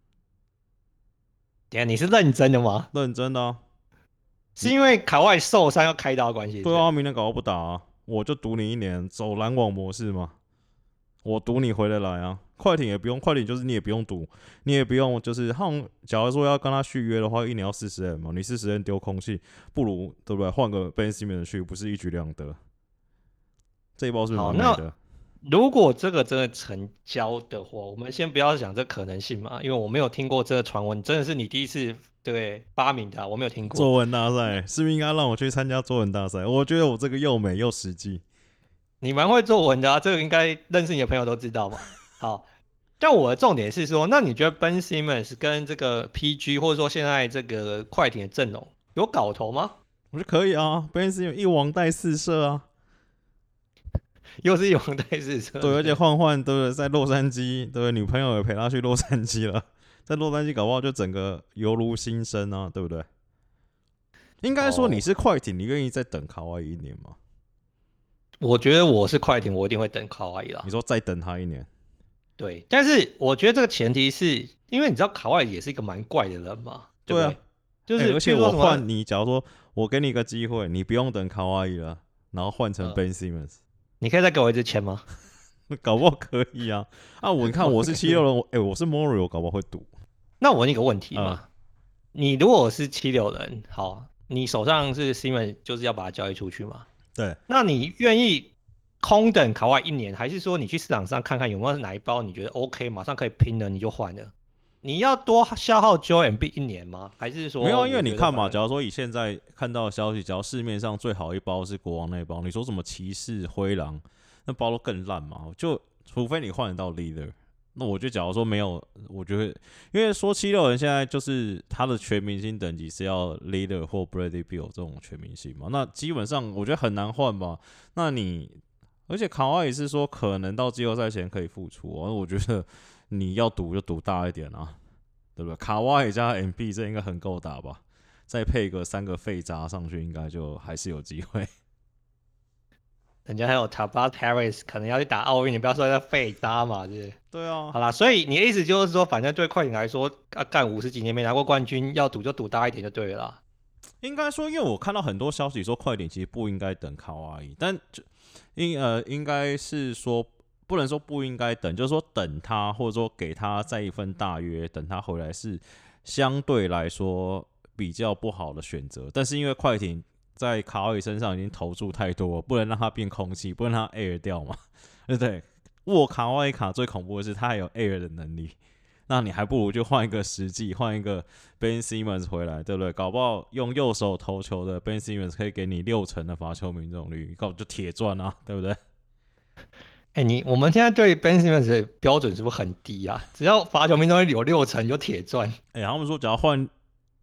等一下你是认真的吗？ 认真的啊。 是因为卡外受伤要开刀的关系？ 对啊，明年搞不打啊，我就赌你一年，走篮网模式嘛。我赌你回得来啊，快艇也不用，快艇就是你也不用赌，你也不用就是他们假如说要跟他续约的话，一年要四十 M 嘛，你四十 M 丢空气，不如对不对？换个 Ben Simmons 去，不是一举两得。这一包是不是蛮美的？ 如果这个真的成交的话，我们先不要想这可能性嘛，因为我没有听过这个传闻，真的是你第一次对发明的、啊，我没有听过。 作文大赛是不是应该让我去参加作文大赛？我觉得我这个又美又实际。 你蛮会作文的啊，这个应该认识你的朋友都知道嘛。好，但我的重点是说，那你觉得 Ben Simmons 跟这个 P G 或者说现在这个快艇的阵容有搞头吗？ 我觉得可以啊 ，Ben Simmons 一王带四射啊。 又是一王带四射。 对，而且换换对不对，在洛杉矶，对不对？女朋友也陪他去洛杉矶了，在洛杉矶搞不好就整个犹如新生啊，对不对？应该说你是快艇，你愿意再等卡哇伊一年吗？ 我觉得我是快艇，我一定会等卡哇伊啦。 你说再等他一年？ 对，但是我觉得这个前提是因为你知道卡哇伊也是一个蛮怪的人嘛，对不对？ 对啊， 就是、 欸、而且我换你，假如说我给你一个机会，你不用等卡哇伊了，然后换成 Ben Simmons，、嗯、 你可以再给我一支签吗？ 搞不好可以啊！啊，我你看我是七六人，哎、欸，我是 Murray， 我搞不好会赌。 那我问你个问题嘛， 嗯、 你如果是七六人，好，你手上是 Simmons，就是要把它交易出去嘛？ 对， 那你愿意空等卡哇伊一年，还是说你去市场上看看有没有哪一包你觉得 OK， 马上可以拼了你就换了？你要多消耗 Joel Embiid 一年吗？还是说没有？因为你看嘛，假如说以现在看到的消息，假如市面上最好一包是国王那一包，你说什么骑士、灰狼，那包都更烂嘛。就除非你换得到 leader， 那我就假如说没有，我觉得因为说七六人现在就是他的全明星等级是要 leader 或 Bradley Beal 这种全明星嘛，那基本上我觉得很难换吧。那你而且卡哇伊是说可能到季后赛前可以复出、哦，我觉得。你要赌就赌大一点啊，对不对？卡哇伊加 M B 这应该很够打吧？再配个三个废渣上去，应该就还是有机会。 人家还有 Tobias Harris 可能要去打奥运，你不要说他废渣嘛，对不对？ 对啊。 好啦，所以你的意思就是说，反正对快艇来说，啊，干五十几年没拿过冠军，要赌就赌大一点就对了啦。 应该说，因为我看到很多消息说快艇其实不应该等卡哇伊，但就应呃应该是说。不能说不应该等，就是说等他，或者说给他再一份大约，等他回来是相对来说比较不好的选择。但是因为快艇在卡哇伊身上已经投注太多了，不能让他变空气，不能让他 air 掉嘛，对不对？握卡哇伊卡最恐怖的是他还有 air 的能力，那你还不如就换一个实际，换一个 Ben Simmons 回来，对不对？搞不好用右手投球的 Ben Simmons 可以给你六成的罚球命中率，搞就铁赚啊，对不对？ 哎、欸，你我们现在对 Ben Simmons 的标准是不是很低啊？只要罚球命中率有六成就铁赚。 哎、欸，他们说只要换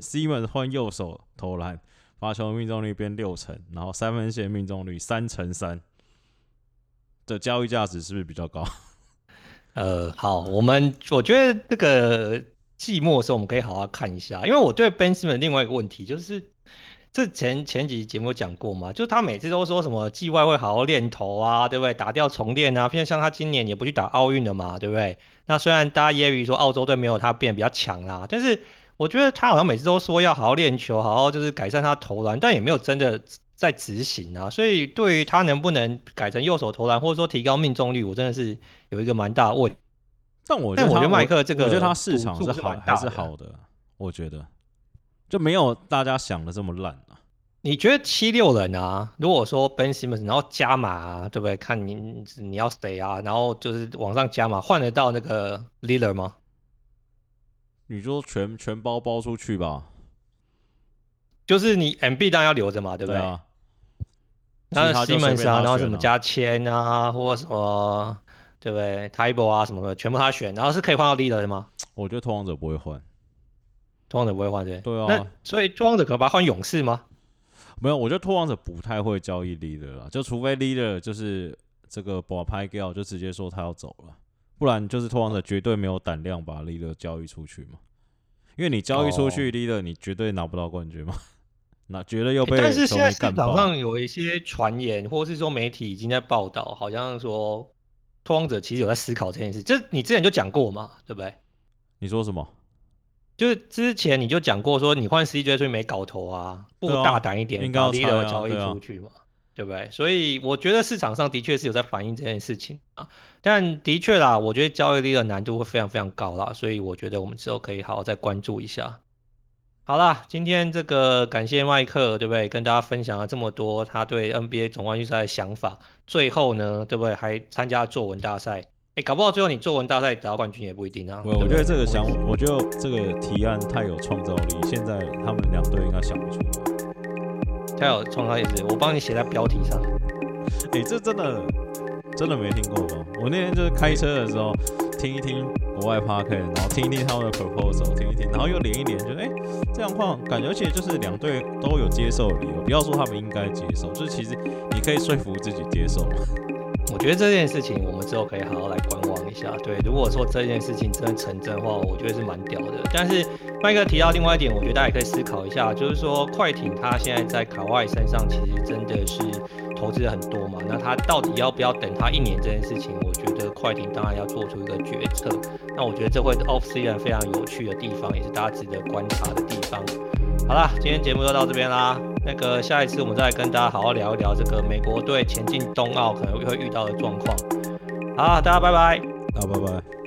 Simmons 换右手投篮，罚球命中率变六成，然后三分线命中率三成三，的交易价值是不是比较高？ 呃，好，我们我觉得这个季末的时候我们可以好好看一下，因为我对 Ben Simmons 另外一个问题就是，这前前几集节目有讲过嘛，就是他每次都说什么季外会好好练投啊，对不对？打掉重练啊，像像他今年也不去打奥运了嘛，对不对？那虽然大家揶揄说澳洲队没有他变得比较强啦，但是我觉得他好像每次都说要好好练球，好好就是改善他投篮，但也没有真的在执行啊。所以对于他能不能改成右手投篮，或者说提高命中率，我真的是有一个蛮大的问题。 但我觉得他， 但我觉得麦克这个我觉得他市场是好还是的好的，我觉得就没有大家想的这么烂啊。 你觉得七六人啊，如果说 Ben Simmons 然后加码啊，对不对？看你你要谁啊，然后就是往上加码，换得到那个 Lillard 吗？ 你说全全包包出去吧， 就是你 M B 当然要留着嘛，对不对？ 对啊。 那 Simmons 啊，然后什么加签啊，或什么，对不对 ？Tybal 啊什么的，全部他选，然后是可以换到 Lillard 的吗？ 我觉得拓荒者不会换， 拓荒者不会换对。 对啊。 那所以拓荒者可能把他换勇士吗？ 没有，我觉得拓荒者不太会交易 Leader 啦，就除非 Leader 就是这个把拍掉，就直接说他要走了，不然就是拓荒者绝对没有胆量把 Leader 交易出去嘛。因为你交易出去 Leader，、哦、你绝对拿不到冠军嘛，那绝对又被球迷干爆。 但是现在市场上有一些传言，或是说媒体已经在报道，好像说拓荒者其实有在思考这件事。这你之前就讲过嘛，对不对？ 你说什么？ 就是之前你就讲过说，你换 C J 所以没搞头啊，不如大胆一点，把 Lillard 交易出去嘛，对不对？所以我觉得市场上的确是有在反映这件事情啊，但的确啦，我觉得交易 Lillard 难度会非常非常高啦，所以我觉得我们之后可以好好再关注一下。好啦，今天这个感谢麦克，对不对？跟大家分享了这么多他对 N B A 总冠军赛的想法，最后呢，对不对？还参加作文大赛。哎，搞不好最后你作文大赛得到冠军也不一定啊。 我我觉得这个想，我觉得这个提案太有创造力，现在他们两队应该想不出来。 太有创造力是，我帮你写在标题上。 哎，这真的真的没听过吧？我那天就是开车的时候听一听国外 podcast， 然后听一听他们的 proposal， 听一听，然后又连一连，觉得哎，这样话感觉，而且就是两队都有接受的理由，不要说他们应该接受，就是其实你可以说服自己接受。 我觉得这件事情我们之后可以好好来观望一下。对，如果说这件事情真的成真的话，我觉得是蛮屌的。但是麦克提到另外一点，我觉得大家也可以思考一下，就是说快艇他现在在卡哇伊身上其实真的是投资了很多嘛，那他到底要不要等他一年这件事情，我觉得快艇当然要做出一个决策。那我觉得这会是 off season 非常有趣的地方，也是大家值得观察的地方。好啦，今天节目就到这边啦。那个下一次我们再来跟大家好好聊一聊这个美国队前进冬奥可能会遇到的状况。好，大家拜拜。 好，拜拜。